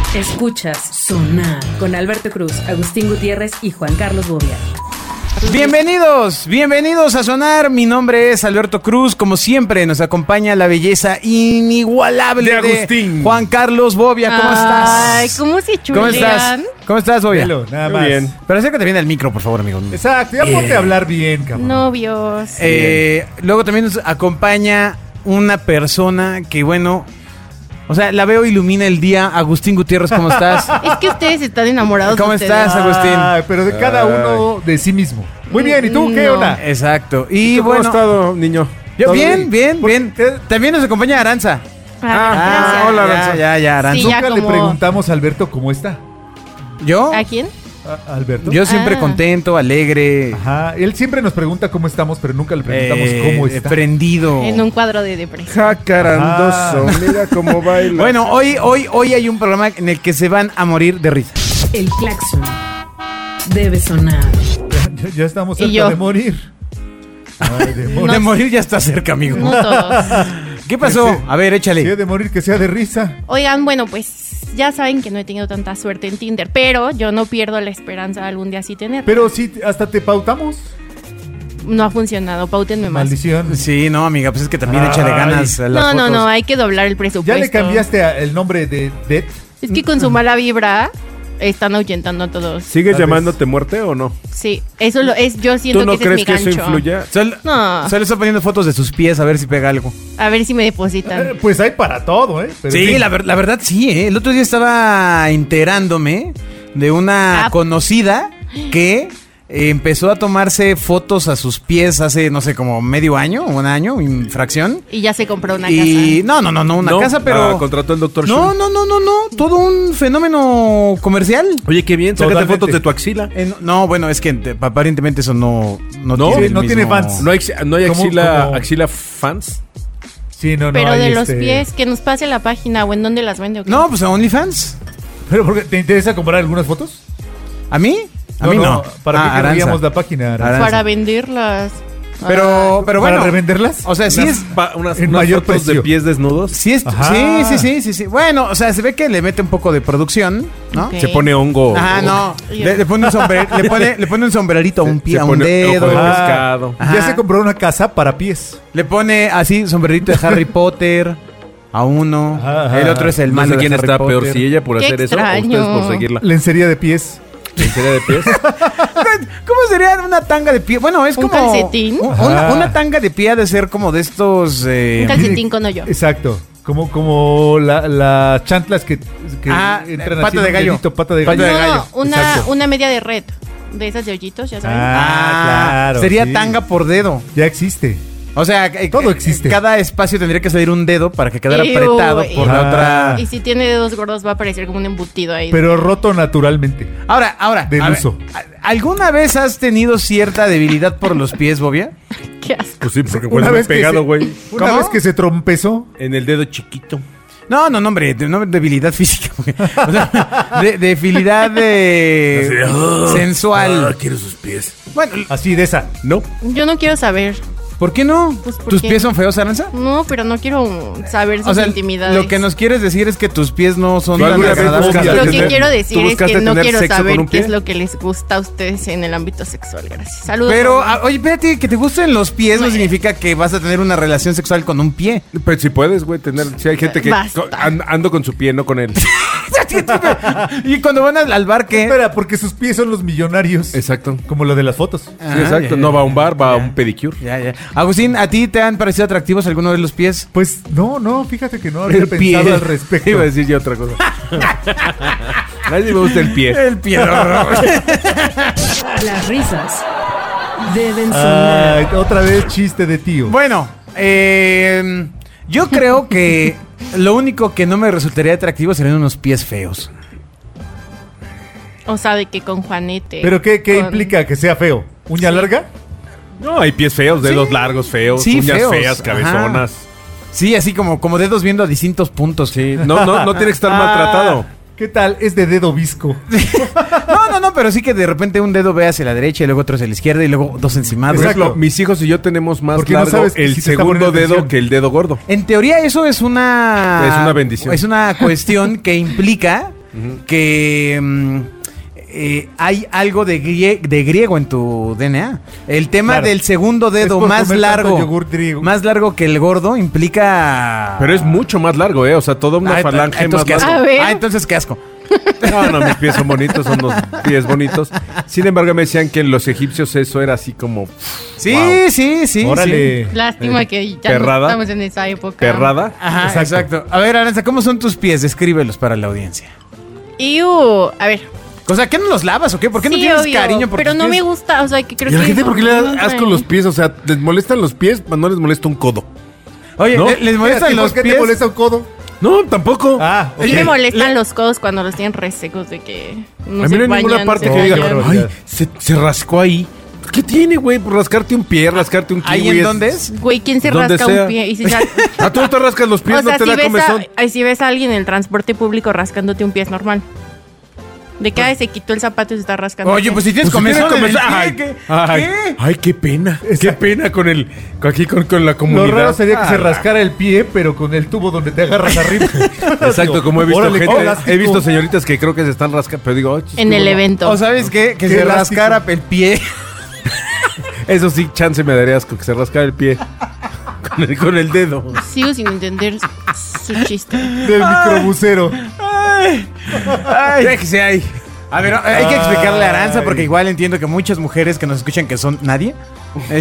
Escuchas Sonar con Alberto Cruz, Agustín Gutiérrez y Juan Carlos Bobia. Bienvenidos a Sonar. Mi nombre es Alberto Cruz. Como siempre nos acompaña la belleza inigualable de Agustín. Juan Carlos Bobia. ¿Cómo estás? Ay, ¿cómo se chulean? ¿Cómo estás, Bobia? Hello, nada más. Bien. Pero acércate bien al micro, por favor, amigo. Exacto, ya ponte a hablar bien, cabrón. Novios. Luego también nos acompaña una persona que, bueno, o sea, la veo ilumina el día. Agustín Gutiérrez, ¿cómo estás? Es que ustedes están enamorados. ¿Cómo ustedes. estás, Agustín? Pero de cada uno de sí mismo. Muy bien, ¿y tú qué onda? Exacto. Y ¿Cómo bueno, has estado, niño? yo bien. También nos acompaña Aranza. Gracias. hola, Aranza. Ya, Aranza. Sí, Nunca ya le como- preguntamos a Alberto cómo está. ¿Yo? ¿A quién? Alberto. Yo siempre Ah. contento, alegre. Ajá, él siempre nos pregunta cómo estamos, pero nunca le preguntamos cómo está. Prendido. En un cuadro de depresión. Jacarandoso, mira cómo baila. Bueno, hoy hay un programa en el que se van a morir de risa. El claxon debe sonar. Ya estamos ¿Y cerca yo? de morir. Ay, de morir. De morir ya está cerca, amigo. No todos. ¿Qué pasó? Que sea- A ver, Si échale. es de morir, que sea de risa. Oigan, bueno, pues ya saben que no he tenido tanta suerte en Tinder, pero yo no pierdo la esperanza de algún día sí tener. Pero sí, hasta te pautamos. No ha funcionado, paútenme más. Maldición. Sí, no, amiga, pues es que también échale Ay. ganas a las No, fotos. hay que doblar el presupuesto. ¿Ya le cambiaste el nombre de Det? Es que con su mala vibra están ahuyentando a todos. ¿Sigues Tal llamándote muerte o no? Sí, eso lo es. Yo siento ¿Tú no que ese es crees mi que gancho. eso influya? No. Solo está poniendo fotos de sus pies a ver si pega algo. A ver si me depositan. Pues hay para todo, ¿eh? Pero Sí, en fin. la verdad sí, ¿eh? El otro día estaba enterándome de una Ah. conocida que empezó a tomarse fotos a sus pies hace, no sé, como medio año, un año, fracción. Y ya se compró una Y casa. no, una No, casa, pero... contrató el doctor No, todo un fenómeno comercial. Oye, qué bien, sácate Totalmente. fotos de tu axila. No, bueno, es que aparentemente eso no No, tiene sí, el no tiene mismo- fans. ¿No hay ¿Cómo? axila fans? Sí, no, Pero hay de los pies, que nos pase la página o en dónde las vende. ¿O qué? No, pues a OnlyFans. ¿Pero porque te interesa comprar algunas fotos? ¿A mí? A mí no. ¿Para qué Aranza. querríamos la página? Aranza? Aranza. Para venderlas. Pero bueno. ¿Para revenderlas? O sea, sí es... Unas En mayor fotos precio. de pies desnudos. Sí, Ajá. sí. Bueno, o sea, se ve que le mete un poco de producción, ¿no? Ok. Se pone hongo. Ajá, no. Le pone un le pone un sombrerito a un pie, Se a un pone dedo. ojo de Ah. pescado. Ajá. Ya se compró una casa para pies. Le pone así sombrerito de Harry Potter a uno. Ajá. El otro es el No malo sé de quién Harry está Potter. peor, si ella por Qué hacer eso o extraño. ustedes por seguirla. Lencería de pies. ¿En serio de pies? ¿Cómo sería una tanga de pie? Bueno, es ¿Un como... calcetín? Una tanga de pie ha de ser como de estos... Un calcetín con hoyo. Exacto. Como las chantlas que entran pata así de en un gallo. dedito, pata de Pata gallo. de gallo. Exacto. Una media de red. De esas de hoyitos, ya saben. Claro. Sería sí. tanga por dedo. Ya existe. O sea, Todo existe. Cada espacio tendría que salir un dedo para que quedara Ew, apretado por la ew. otra. Y si tiene dedos gordos va a parecer como un embutido ahí. Pero roto naturalmente. Ahora. Del a ver, uso. ¿alguna vez has tenido cierta debilidad por los pies, Bobia? Qué asco. Pues sí, porque Una fue vez que pegado, se- güey. Una ¿Cómo? vez que se trompezó. En el dedo chiquito. No, hombre, no debilidad física. Güey. O sea, debilidad sensual. Quiero sus pies. Bueno, Así de esa. No. Yo no quiero saber. ¿por qué no? Pues, ¿por ¿Tus qué? pies son feos, Aranza? No, pero no quiero saber sus O sea, intimidades. lo que nos quieres decir es que tus pies no son ¿Tú tan alguna vez agradables. buscaste Lo que tener- quiero ¿tú decir es buscaste que no tener quiero sexo con saber un qué pie? es lo que les gusta a ustedes en el ámbito sexual. Gracias. Saludos. Pero, mamá. oye, espérate, que te gusten los pies no significa que vas a tener una relación sexual con un pie. Pero si puedes, güey, tener. Si hay gente que Basta. ando con su pie, no con él. Y cuando van al bar, ¿qué? Espera, porque sus pies son los millonarios. Exacto. Como lo de las fotos. Sí, exacto. No va a un bar, va a un pedicure. Ya. Agustín, ¿a ti te han parecido atractivos alguno de los pies? Pues no, fíjate que no había pensado al respecto. Iba a decir yo otra cosa. A mí me gusta el pie. El pie. Las risas deben sonar. Ay, otra vez chiste de tío. Bueno, yo creo que lo único que no me resultaría atractivo serían unos pies feos. O sea, de que con Juanete. ¿Pero qué con- implica que sea feo? ¿Uña larga? No, hay pies feos, dedos largos feos, Sí, uñas feos. feas, cabezonas. Sí, así como dedos viendo a distintos puntos. Sí, no tiene que estar maltratado. ¿Qué tal? Es de dedo visco. No, pero sí que de repente un dedo ve hacia la derecha y luego otro hacia la izquierda y luego dos encima. Por Exacto. ejemplo, mis hijos y yo tenemos más Porque no largo sabes que el si te está segundo poniendo dedo atención. que el dedo gordo. En teoría eso es una... Es una bendición. Es una cuestión que implica que hay algo de griego en tu DNA. El tema del segundo dedo más largo que el gordo implica... Pero es mucho más largo, O sea, toda una falange más larga. Entonces qué asco. No, mis pies son bonitos, son los pies bonitos. Sin embargo, me decían que en los egipcios eso era así como... Sí. Órale. Sí. Lástima que ya Perrada. no estamos en esa época. ¿Perrada? Ajá, exacto. A ver, Aranza, ¿cómo son tus pies? Descríbelos para la audiencia. A ver. O sea, ¿qué no los lavas o qué? ¿Por qué no tienes cariño por Pero tus no pies? me gusta, o sea, que creo ¿Y a que... la gente por qué le da asco no, los pies? O sea, ¿les molestan los pies? No les molesta un codo. Oye, ¿no? ¿les molestan los ¿Por qué pies? te molesta un codo? No, tampoco. Ah, Sí me molestan los codos cuando los tienen resecos de que no A mí se no hay bañan, ninguna parte se que diga, bañan. ay, se rascó ahí. ¿Qué tiene, güey? Por rascarte un pie, rascarte un kiwi. ¿Ahí en dónde es? Güey, ¿quién se Donde rasca sea. un pie? Y si Tú no te rascas los pies, o sea, no te si da ves, comezón. si ves a alguien en el transporte público rascándote un pie es normal. De que se quitó el zapato y se está rascando. Oye, pues si tienes Pues si comezón tienes en el comezón, pie, ay, ¿qué? ay, qué pena. Qué pena con la comunidad. Lo raro sería que se rascara el pie, pero con el tubo donde te agarras arriba. Exacto, como he visto Órale, qué gente, elástico. he visto señoritas que creo que se están rascando, pero digo, En el evento. ¿O sabes qué? Que Qué se elástico. rascara el pie. eso sí, chance me daría asco, que se rascara el pie con el dedo. Sigo sin entender su chiste. Del microbusero. Ay. Déjese ahí. A ver, hay que explicarle a Aranza porque igual entiendo que muchas mujeres que nos escuchan que son nadie. Que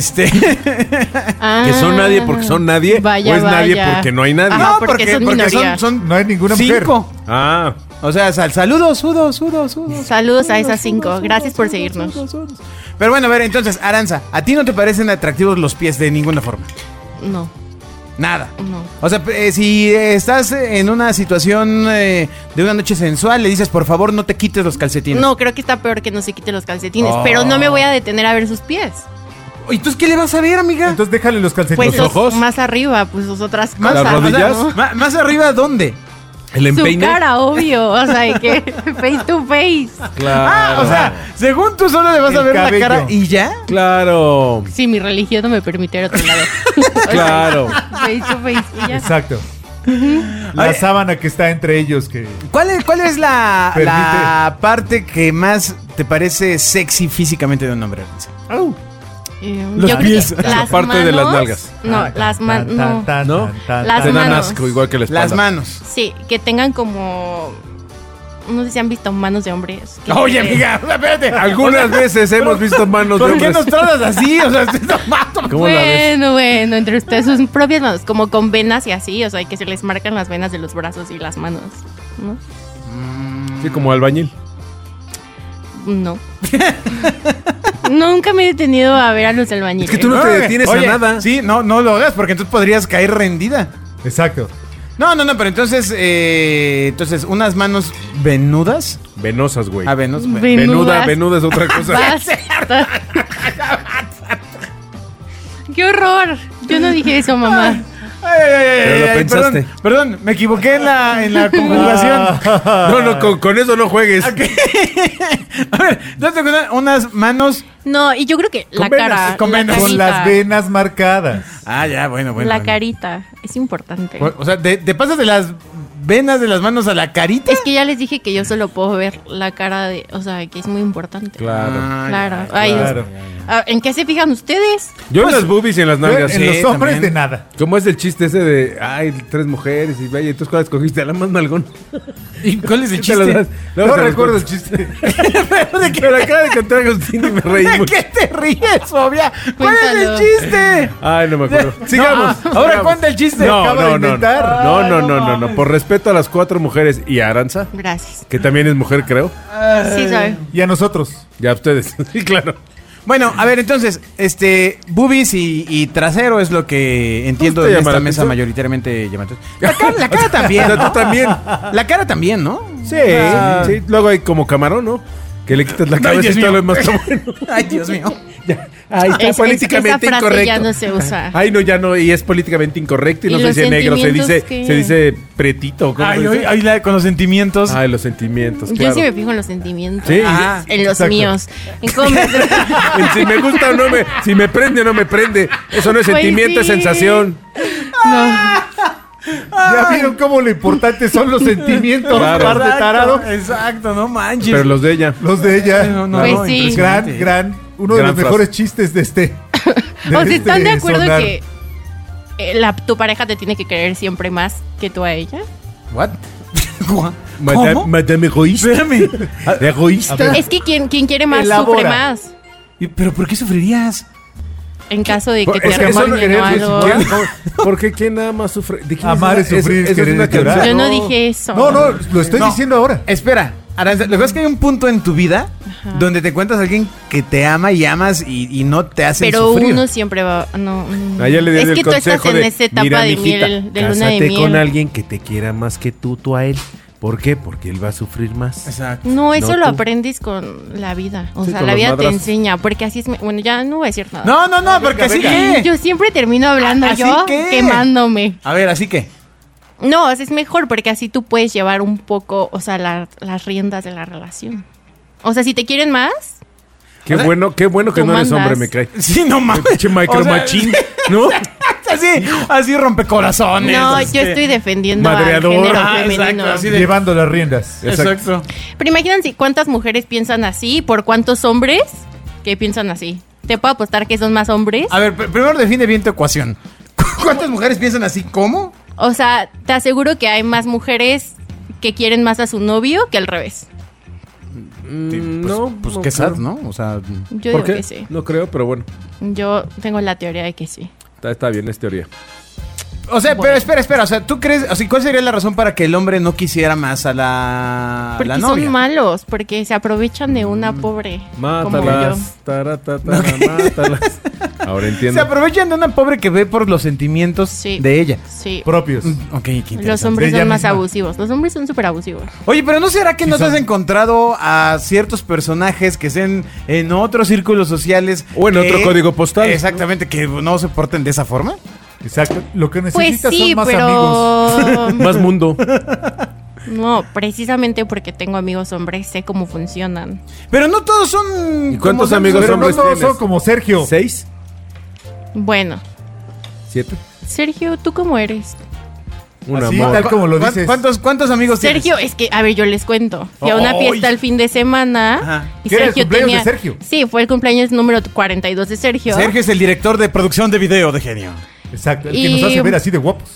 son nadie porque son nadie. Vaya, o es nadie vaya. porque no hay nadie. No, porque son minoría. son No hay ninguna mujer. 5. Ah, O sea, saludos, sudos. Saludos a esas 5. Gracias por seguirnos. Pero bueno, a ver, entonces, Aranza, ¿a ti no te parecen atractivos los pies de ninguna forma? No, Nada. no. O sea, si estás en una situación de una noche sensual, le dices, por favor, no te quites los calcetines. No, creo que está peor que no se quite los calcetines. Oh. Pero no me voy a detener a ver sus pies. ¿Y entonces qué le vas a ver, amiga? Entonces déjale los calcetines. Pues ¿Los ojos? más arriba, pues sus otras Más- cosas. ¿Las rodillas? ¿no? ¿Más arriba dónde? el Su empeine. cara, obvio. O sea, que face to face. Claro. O sea, según tú solo le vas a El ver cabello. la cara y ya. Claro. Sí, mi religión no me permite ir a otro lado. Claro. Face to face y ya. Exacto. La Ay. sábana que está entre ellos que... ¿Cuál es la Permite. parte que más te parece sexy físicamente de un hombre, Aranza? Los yo creo pies. que las Aparte de las manos- nalgas. No, las manos. No. ¿No? Las Te dan manos. asco igual que la espalda. Las manos. Sí, que tengan como. No sé si han visto manos de hombres. que- Oye, amiga, espérate. Algunas veces hemos visto manos de ¿Por qué hombres. nos tratas así? O sea, estoy tomando. ¿Cómo la ves? Bueno, entre ustedes sus propias manos, como con venas y así, o sea, que se les marcan las venas de los brazos y las manos, ¿no? Sí, como albañil. No. Nunca me he detenido a ver a los albañiles. Es que tú no te detienes a nada. Sí, no lo hagas porque entonces podrías caer rendida. Exacto. No, pero entonces, unas manos venudas. Venosas, güey. Venudas. Venuda es otra cosa. Basta. ¡Qué horror! Yo no dije eso, mamá. Pero lo pensaste. Perdón, me equivoqué en la conjugación. No, con eso no juegues. Ok. A ver, yo tengo unas manos. No, y yo creo que la venas, cara. con la venas. Con carita, las venas marcadas. Ah, ya, bueno. La carita. Es importante. O sea, te pasas de las venas de las manos a la carita. Es que ya les dije que yo solo puedo ver la cara de. O sea, que es muy importante. Claro. Claro. ya, Ay, claro. ¿en qué se fijan ustedes? Yo en las boobies y en las nalgas. En los hombres también. de nada. ¿Cómo es el chiste ese de, ay, 3 mujeres y vaya, entonces cuál escogiste? A la más nalgón. ¿Y cuál es el Te las chiste? das. Luego No te las recuerdo el cuento. chiste. Pero acaba de contar Agustín y me reí ¿De mucho. qué te ríes, Fobia? ¿Cuál es el Cuéntalo. chiste? Ay, no me acuerdo. Sigamos. Ahora sigamos. cuenta el chiste. No, Acaba de inventar. No. Por respeto a las 4 mujeres y a Aranza, Gracias. que también es mujer, creo. Sí, sabe. Y a nosotros. Ya ustedes. Sí, claro. Bueno, a ver, entonces, boobies y trasero es lo que entiendo ¿Te de llama esta la mesa atención? mayoritariamente llamativo. La cara también, O sea, ¿no? tú también. La cara también, ¿no? Sí, sí. Luego hay como camarón, ¿no? Que le quitas la Ay, cabeza Dios y todo mío. lo demás está bueno. Ay, Dios mío. Ya. Ahí está políticamente esa frase incorrecto. ya no se usa. Ay, no, ya no, y es políticamente incorrecto y ¿Y no se los dice negro, se dice, sentimientos qué? se dice pretito. ¿Cómo Ay, se dice? con los sentimientos. Ay, los sentimientos, Yo claro. sí me fijo en los sentimientos. Sí. Ah, En los exacto. míos. En cómo me- En si me gusta o no si me prende o no me prende. Eso no es Pues sentimiento, es sí. sensación. No. Ya vieron cómo lo importante son los sentimientos, par de tarado. Exacto, no manches. Pero los de ella. Los de ella. Pues sí. Uno de los mejores chistes de este. O sea, ¿están de acuerdo que tu pareja te tiene que querer siempre más que tú a ella? ¿What? Madame egoísta. Espérame. Egoísta. Es que quien quiere más Elabora. sufre más. ¿Pero por qué sufrirías? En caso de que te Es que eso no arruinen o algo. Porque ¿quién nada más sufre? ¿De quién Amar es sufrir, esa querer una es llorar. canción. Yo no dije eso. No, lo estoy diciendo ahora. Espera, Aranza, lo que pasa es que hay un punto en tu vida donde te encuentras a alguien que te ama y amas y no te hace Pero sufrir. uno siempre va. No. Allá le di Es el que tú estás consejo en de, esa etapa mira, de mijita, miel, de luna de cásate miel. con alguien que te quiera más que tú a él. ¿Por qué? Porque él va a sufrir más. Exacto. No, eso No, lo tú. aprendes con la vida. O Sí, sea, con la los vida te madrazos. enseña. Porque así es. Bueno, ya no voy a decir nada. No, porque así que. Yo siempre termino hablando ¿Así yo qué? quemándome. A ver, así que. No, o sea, es mejor porque así tú puedes llevar un poco, o sea, las riendas de la relación. O sea, si te quieren más, Qué O sea, bueno que tú no eres mandas. hombre, me cae. Sí, no mames. Pinche micromachín, ¿no? Así rompecorazones. no, este. yo estoy defendiendo al Madreador. género Ah, femenino. exacto, así de- Llevando las riendas. Exacto. Pero imagínense cuántas mujeres piensan así, por cuántos hombres que piensan así. Te puedo apostar que son más hombres. A ver, primero define bien tu ecuación. ¿Cuántas mujeres piensan así? ¿Cómo? O sea, te aseguro que hay más mujeres que quieren más a su novio que al revés. No, Pues no qué sad, creo. ¿no? O sea, Yo ¿Por digo qué? que sí. No creo, pero bueno. Yo tengo la teoría de que sí. Está bien, es teoría. o sea, Bueno. pero espera. O sea, ¿tú crees? O sea, ¿cuál sería la razón para que el hombre no quisiera más a la Porque novia? son malos, porque se aprovechan de una pobre. Como yo. Mátalas. Taratatara, mátalas. Ahora Se entiendo. aprovechan de una pobre que ve por los sentimientos Sí. de ella. Sí. Propios. Ok, qué interesante. Los hombres De ella son más misma. abusivos. Los hombres son súper abusivos. Oye, pero ¿no será que no te son. has encontrado a ciertos personajes que estén en otros círculos sociales? O en que- otro código postal. Exactamente, que no se porten de esa forma. Exacto. Lo que Pues necesitas sí, son más amigos. pero... Más mundo. No, precisamente porque tengo amigos hombres, sé cómo funcionan. Pero no todos son... ¿Y cuántos como amigos Pero hombres no todos tienes? son como Sergio. 6, Bueno, 7. Sergio, ¿tú cómo eres? Un Así, amor. tal como lo dices. ¿Cuántos amigos Sergio, tienes? es que, a ver, yo les cuento. Fui a una ¡Ay! fiesta el fin de semana. Ajá. Y ¿Qué era el Sergio cumpleaños tenía... de Sergio? Sí, fue el cumpleaños número 42 de Sergio. Sergio es el director de producción de video de Genio. Exacto. El que Y- nos hace ver así de guapos.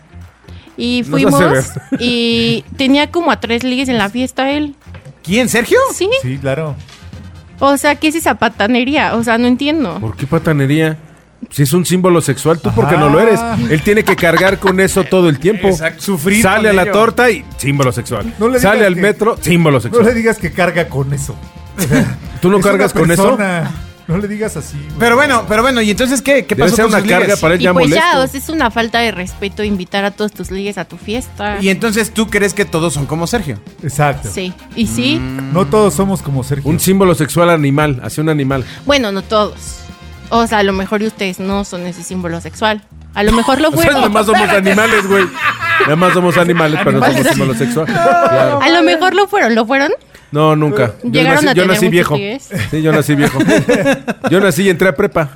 Y Nos fuimos hace y tenía como a 3 ligues en la fiesta él. ¿Quién, Sergio? Sí. Sí, claro. O sea, ¿qué es esa patanería? O sea, no entiendo. ¿Por qué patanería? Si es un símbolo sexual, tú porque no lo eres. Él tiene que cargar con eso todo el tiempo. Exacto, sufrir Sale con a la ello. torta y símbolo sexual. No le Sale digas al que- metro, símbolo No sexual. le digas que carga con eso. ¿Tú no Es cargas una con eso? persona. No le digas así. güey. Pero bueno, ¿y entonces qué Debe pasó ser con una sus carga ligues? para él Y ya pues molesto. ya, o sea, es una falta de respeto invitar a todos tus ligues a tu fiesta. Y entonces tú crees que todos son como Sergio. Exacto. Sí, y sí, No todos somos como Sergio. Un símbolo sexual animal, hacia un animal. bueno, no todos. O sea, a lo mejor ustedes no son ese símbolo sexual. A lo mejor lo O sea, fueron. nada más somos animales, güey. Nada más somos animales, pero no somos símbolo sexual. Claro. A lo mejor lo fueron, ¿lo fueron? No, nunca. Llegaron a yo tener nací muchos viejo. ligues. Sí, yo nací viejo. Yo nací y entré a prepa.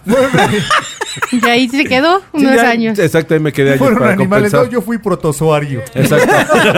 Y ahí se quedó Sí, unos ya, años. Exacto, ahí me quedé ayer Fueron para animales. compensar. No, yo fui protozoario. Exacto.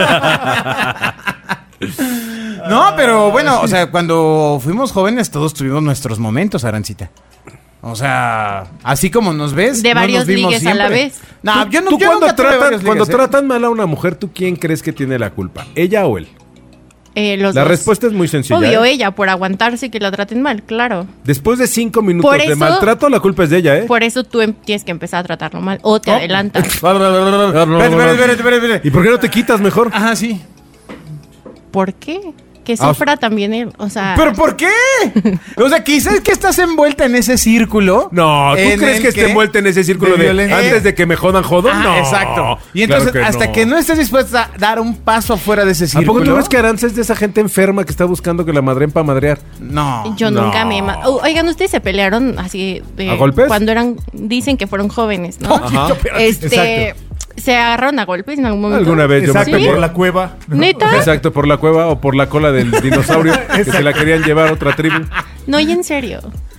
No, pero bueno, o sea, cuando fuimos jóvenes todos tuvimos nuestros momentos, Arancita. O sea, así como nos ves, De no varios nos vimos ligues a la siempre. vez. No, yo no, ¿Tú yo cuando nunca tuve varios cuando ligues, ¿eh? tratan mal a una mujer, ¿tú quién crees que tiene la culpa? ¿Ella o él? Los La dos. respuesta es muy sencilla. Obvio, ¿eh? ella, por aguantarse que la traten mal, claro. Después de 5 minutos Por de eso- maltrato, la culpa es de ella, ¿eh? Por eso tú tienes que empezar a tratarlo mal o te adelantas. Espérate. ¿Y por qué no te quitas mejor? Ajá, sí. ¿Por qué? Que Ah, sufra también él. O sea, ¿Pero por qué? O sea, quizás que estás envuelta en ese círculo. No, ¿tú en crees el que esté envuelta en ese círculo de de violencia. antes de que me jodan, jodo? Ah, No. exacto. Y entonces, Claro hasta que no estés dispuesta a dar un paso afuera de ese ¿A círculo. poco tú ves que Aranza es de esa gente enferma que está buscando que la madren para madrear? No. yo No. nunca me... Oigan, ustedes se pelearon así de... ¿A golpes? Cuando eran... Dicen que fueron jóvenes, ¿no? Ajá. Exacto. Se agarraron a golpes en algún momento. Alguna vez yo me Exacto, peleé. por la cueva. ¿Neta? Exacto, por la cueva o por la cola del dinosaurio que se la querían llevar a otra tribu. No, y en serio.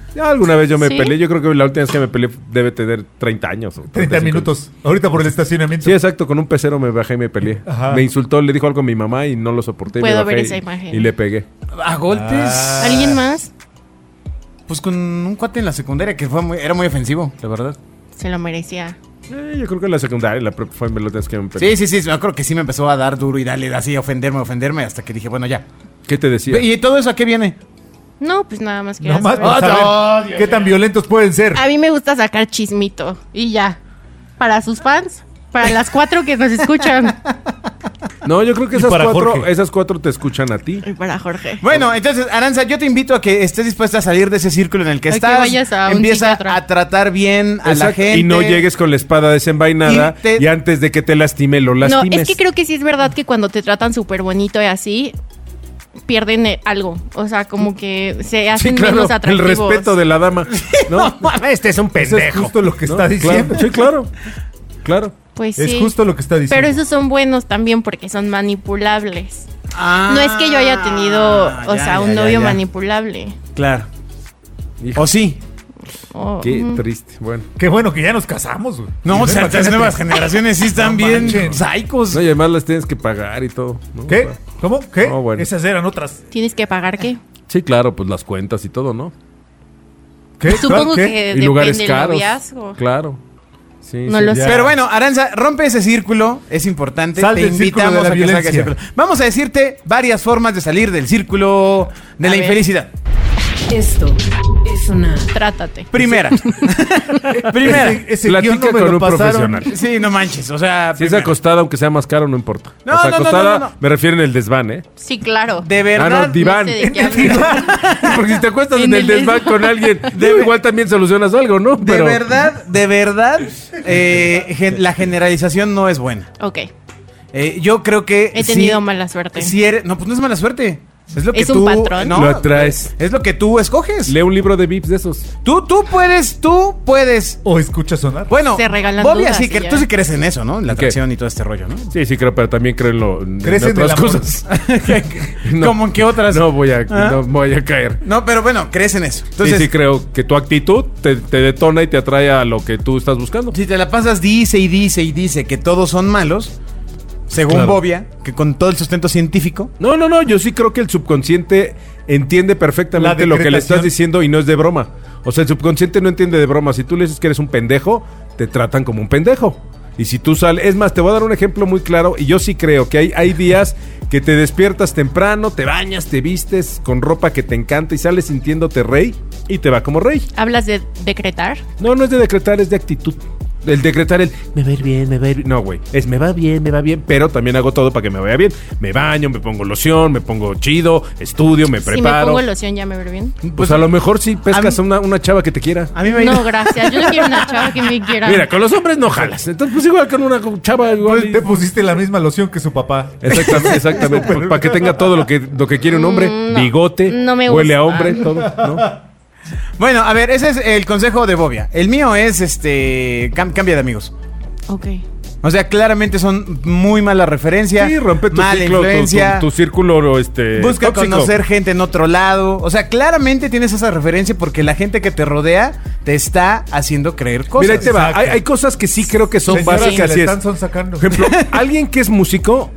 Ya alguna vez yo me peleé. Yo creo que la última vez que me peleé debe tener 30 años. 30 minutos. Ahorita por el estacionamiento. Sí, exacto. Con un pecero me bajé y me peleé. Ajá. Me insultó, le dijo algo a mi mamá y no lo soporté. Puedo ver esa imagen. Y le pegué. ¿A golpes? ¿Alguien más? Pues con un cuate en la secundaria que era muy ofensivo, la verdad. Se lo merecía. Yo creo que en la secundaria, la fue en las que me peleé. Sí. Yo creo que sí me empezó a dar duro y darle así, ofenderme, hasta que dije, bueno, ya. ¿Qué te decía? ¿Y todo eso a qué viene? No, pues nada más que ¿qué tan violentos pueden ser? A mí me gusta sacar chismito y ya. Para sus fans, para las 4 que nos escuchan. No, yo creo que esas cuatro te escuchan a ti. Y para Jorge. Bueno, entonces, Aranza, yo te invito a que estés dispuesta a salir de ese círculo en el que estás. Que vayas a Empieza a tratar bien a la gente. Y no llegues con la espada desenvainada y antes de que te lastime, lo lastimes. No, es que creo que sí es verdad que cuando te tratan súper bonito y así, pierden algo. O sea, como que se hacen menos atractivos. El respeto de la dama. No, este es un pendejo. Eso es justo lo que está diciendo. Claro. Sí, claro. Pues es justo lo que está diciendo. Pero esos son buenos también porque son manipulables. No es que yo haya tenido, un novio manipulable. Claro. Hijo. ¿O sí? Qué triste. Bueno. Qué bueno que ya nos casamos, güey. No, o sea, las nuevas generaciones sí están bien psicos. No, y además las tienes que pagar y todo, ¿no? ¿Qué? ¿Cómo? ¿Qué? No, bueno. Esas eran otras. ¿Tienes que pagar qué? Sí, claro, pues las cuentas y todo, ¿no? ¿Qué? Supongo que y lugares depende caros. del noviazgo. Claro. Sí, no lo sé. Pero bueno, Aranza, rompe ese círculo, es importante. Te invitamos a que salgas del círculo. Vamos a decirte varias formas de salir del círculo de la infelicidad. Esto es una... Trátate. Primera. Ese platica con un profesional. Sí, no manches, o sea... Si es acostada, aunque sea más caro, no importa. No, o sea, acostada me refiero en el desván, ¿eh? Sí, claro. De verdad. No, diván. No sé de qué hablas. Porque si te acuestas en el desván con alguien, igual también solucionas algo, ¿no? De verdad, la generalización no es buena. Ok. Yo creo que... He tenido mala suerte. No, pues no es mala suerte. Es lo que ¿Es un patrón? No, lo atraes. Es lo que tú escoges. Lee un libro de Vips de esos. Tú puedes. O escucha sonar. Bueno, se regalan Bobby, dudas sí, que tú sí crees en eso, ¿no? En la atracción y todo este rollo, ¿no? Sí, creo, pero también creo en otras cosas. ¿Cómo en qué otras? No voy a caer. No, pero bueno, crees en eso. Entonces, sí, creo que tu actitud te detona y te atrae a lo que tú estás buscando. Si te la pasas dice que todos son malos, según Bobia, que con todo el sustento científico. No, yo sí creo que el subconsciente entiende perfectamente lo que le estás diciendo y no es de broma. O sea, el subconsciente no entiende de broma. Si tú le dices que eres un pendejo, te tratan como un pendejo. Y si tú sales... Es más, te voy a dar un ejemplo muy claro. Y yo sí creo que hay días que te despiertas temprano, te bañas, te vistes con ropa que te encanta y sales sintiéndote rey y te va como rey. ¿Hablas de decretar? No es de decretar, es de actitud. El decretar me va a ir bien. No, güey. Me va bien, pero también hago todo para que me vaya bien. Me baño, me pongo loción, me pongo chido, estudio, me preparo. Si me pongo loción, ¿ya me veo bien? Pues a lo mejor sí pescas a una chava que te quiera. A mí me No, gracias. Yo no quiero una chava que me quiera. Mira, con los hombres no jalas. Entonces, pues igual con una chava igual. Te pusiste la misma loción que su papá. Exactamente. Pues, para que tenga todo lo que quiere un hombre. No, bigote, no me gusta. Huele a hombre, todo, ¿no? Bueno, a ver, ese es el consejo de Bobia. El mío es, cambia de amigos. Ok. O sea, claramente son muy mala referencia. Sí, rompe tu mala ciclo, influencia. tu círculo, busca tóxico. conocer gente en otro lado. O sea, claramente tienes esa referencia porque la gente que te rodea te está haciendo creer cosas. Mira, ahí te va. Hay cosas que sí creo que son básicas. Así es. Sacando. Por ejemplo, alguien que es músico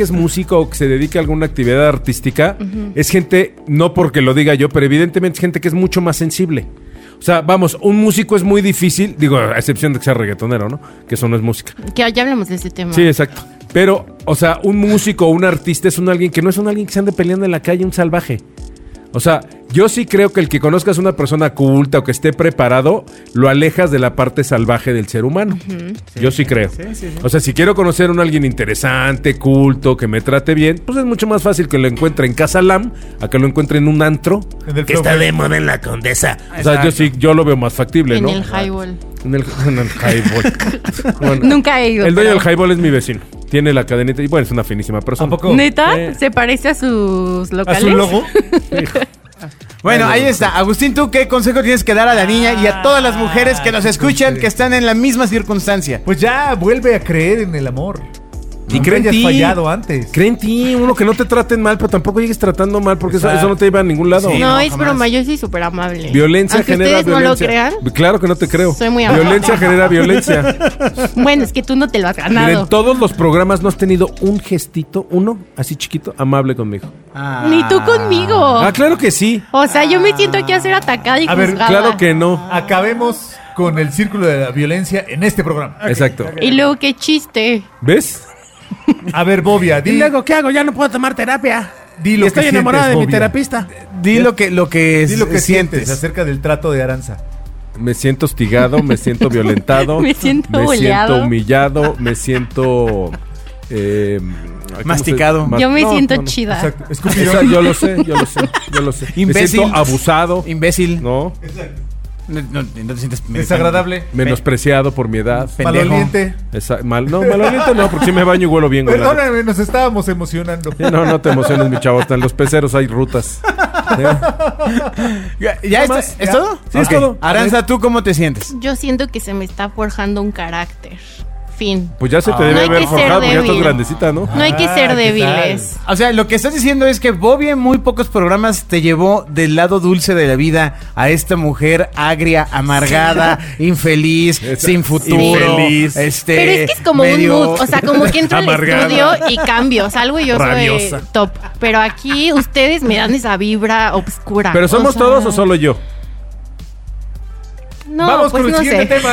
o que se dedica a alguna actividad artística, es gente, no porque lo diga yo, pero evidentemente es gente que es mucho más sensible. O sea, vamos, un músico es muy difícil, digo, a excepción de que sea reggaetonero, ¿no? Que eso no es música. Que ya hablamos de ese tema. Sí, exacto. Pero, o sea, un músico o un artista es alguien que no es alguien que se ande peleando en la calle, un salvaje. O sea, yo sí creo que el que conozcas a una persona culta o que esté preparado, lo alejas de la parte salvaje del ser humano. Yo sí creo. Sí. O sea, si quiero conocer a alguien interesante, culto, que me trate bien, pues es mucho más fácil que lo encuentre en Casa Lam a que lo encuentre en un antro que está de moda en la Condesa. O sea, yo lo veo más factible, en ¿no? En el highball. En el highball. Bueno, nunca he ido. El dueño del highball es mi vecino. Tiene la cadenita y bueno, es una finísima persona. ¿A poco? ¿Neta? ¿Se parece a sus locales? ¿A su logo? Bueno, ahí está. Agustín, ¿tú qué consejo tienes que dar a la niña y a todas las mujeres que nos escuchan que están en la misma circunstancia? Pues ya, vuelve a creer en el amor. Y creen en ti. Fallado antes. Creen en ti, uno que no te traten mal, pero tampoco llegues tratando mal, porque eso no te lleva a ningún lado. Sí, no, es broma, yo soy súper amable. Violencia aunque genera ustedes violencia. ¿No lo crean? Claro que no te creo. Soy muy amable. Violencia genera violencia. Bueno, es que tú no te lo has ganado. Miren, en todos los programas no has tenido un gestito, uno así chiquito, amable conmigo. Ni tú conmigo. Ah, claro que sí. O sea, yo me siento aquí a ser atacada y juzgada. ver, Claro que no. Acabemos con el círculo de la violencia en este programa. Exacto. Y luego, qué chiste. ¿Ves? A ver, Bobia, ¿Y luego qué hago? Ya no puedo tomar terapia. Di lo Y estoy que enamorada sientes, de mi Bobia. terapista. Di lo que Di lo que sientes sientes. acerca del trato de Aranza. Me siento hostigado, me siento violentado. Me siento Me boleado. siento humillado, me siento... ¿cómo Masticado. se- Yo me No, siento no, no. chida. Exacto. Esa- Escupidón. yo lo sé. Me Imbécil. siento abusado, Imbécil. ¿no? No te sientes Desagradable. Menospreciado por mi edad. Pendejo. Maloliente. Maloliente no, porque sí me baño y huelo bien, güey. Perdóname, nos estábamos emocionando. Sí, no te emociones, mi chavo. Hasta en los peceros hay rutas. ¿Ya más, ¿Es todo? Sí, es todo. Aranza, ¿tú cómo te sientes? Yo siento que se me está forjando un carácter. Fin. Pues ya se te No debe hay haber que ser forjado, porque ya estás débil. grandecita, ¿no? No hay que ser ¿qué débiles. O sea, lo que estás diciendo es que Bobby en muy pocos programas te llevó del lado dulce de la vida a esta mujer agria, amargada, infeliz, sin futuro. Infeliz. Pero es que es como un mood, o sea, como que entro al Amargada. estudio y cambio, salgo y yo Rabiosa. soy top. Pero aquí ustedes me dan esa vibra obscura. ¿Pero somos todos o solo yo? No, Vamos pues con el no siguiente sé. tema.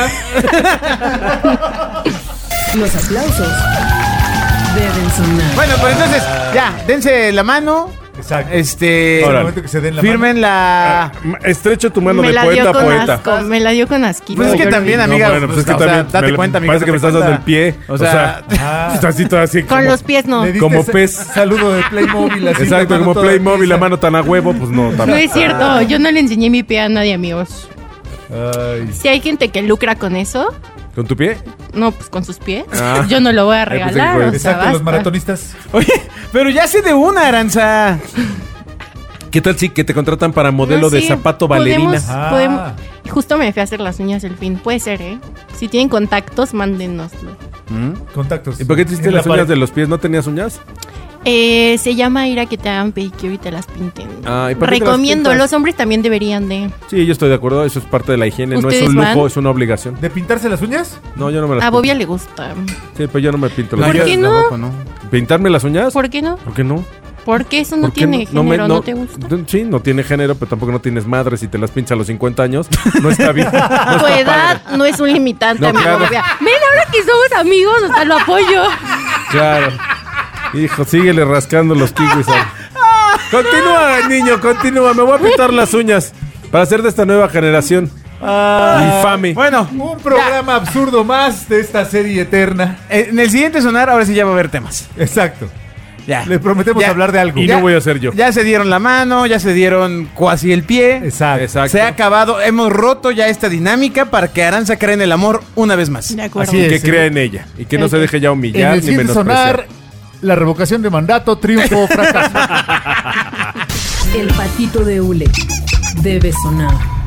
Los aplausos deben sonar. Bueno, pues entonces, ya, dense la mano. Exacto. Es el Órale. momento que se den la Firmen la. Estrecho tu mano Me de la poeta dio a con poeta. asco, me la dio con asquito. Pues es que Yo también, lo vi. amiga. No, bueno, pues es que o sea, también date me- cuenta, amiga. parece que me estás dando el pie. O sea, está así, todo así. Con como- los pies no. Le diste Como ese pez. Saludo de Playmobil. Así, Exacto, la mano como toda Playmobil, tiesa. la mano tan a huevo, pues no. No es cierto, yo no le enseñé mi pie a nadie, amigos. Ay. Si hay gente que lucra con eso, ¿Con tu pie? no, pues con sus pies, Ah. yo no lo voy a pensé que regalar. con- O sea, Exacto, los basta. maratonistas. oye, pero ya sé de una, Aranza. ¿Qué tal si que te contratan para modelo No, de sí, zapato podemos- bailarina? Ah. podemos- y justo me fui a hacer las uñas el fin. Puede ser, ¿eh? Si tienen contactos, mándenoslo. Contactos. ¿Y por qué te hiciste En la las uñas pared. de los pies? ¿No tenías uñas? Se llama ir a que te hagan pedicure y te las pinten. Ah, ¿y por qué te las Recomiendo, pintas? los hombres también deberían de. Sí, yo estoy de acuerdo. Eso es parte de la higiene. No es ¿Ustedes un lujo, van? es una obligación. ¿De pintarse las uñas? No, yo no me las A pinto. Bobia le gusta. Sí, pero yo no me pinto las ¿Por uñas. qué no? Tampoco, ¿no? ¿Pintarme las uñas? ¿Por qué no? ¿Por qué no? Porque eso no ¿Por qué tiene género, no te gusta. Sí, no tiene género, pero tampoco no tienes madre si te las pinchas a los 50 años. No está bien. Tu edad no es un limitante, No, amigo. claro. Bobia. Ven, ahora que somos amigos, hasta lo apoyo. Claro. Hijo, síguele rascando los kiwis. Continúa, niño, continúa. Me voy a pintar las uñas para hacer de esta nueva generación infame. Bueno, Un programa absurdo más de esta serie eterna. en el siguiente sonar, ahora sí ya va a haber temas. Exacto. Ya. Les prometemos Ya. hablar de algo. Y no voy a ser yo. Ya se dieron la mano, ya se dieron cuasi el pie. Exacto. Exacto. Se ha acabado, hemos roto ya esta dinámica para que Aranza crea en el amor una vez más. De acuerdo. Así es. Que crea en ella y que no se deje ya En humillar el ni siguiente menospreciar. sonar, la revocación de mandato, triunfo o fracaso. El patito de hule debe sonar.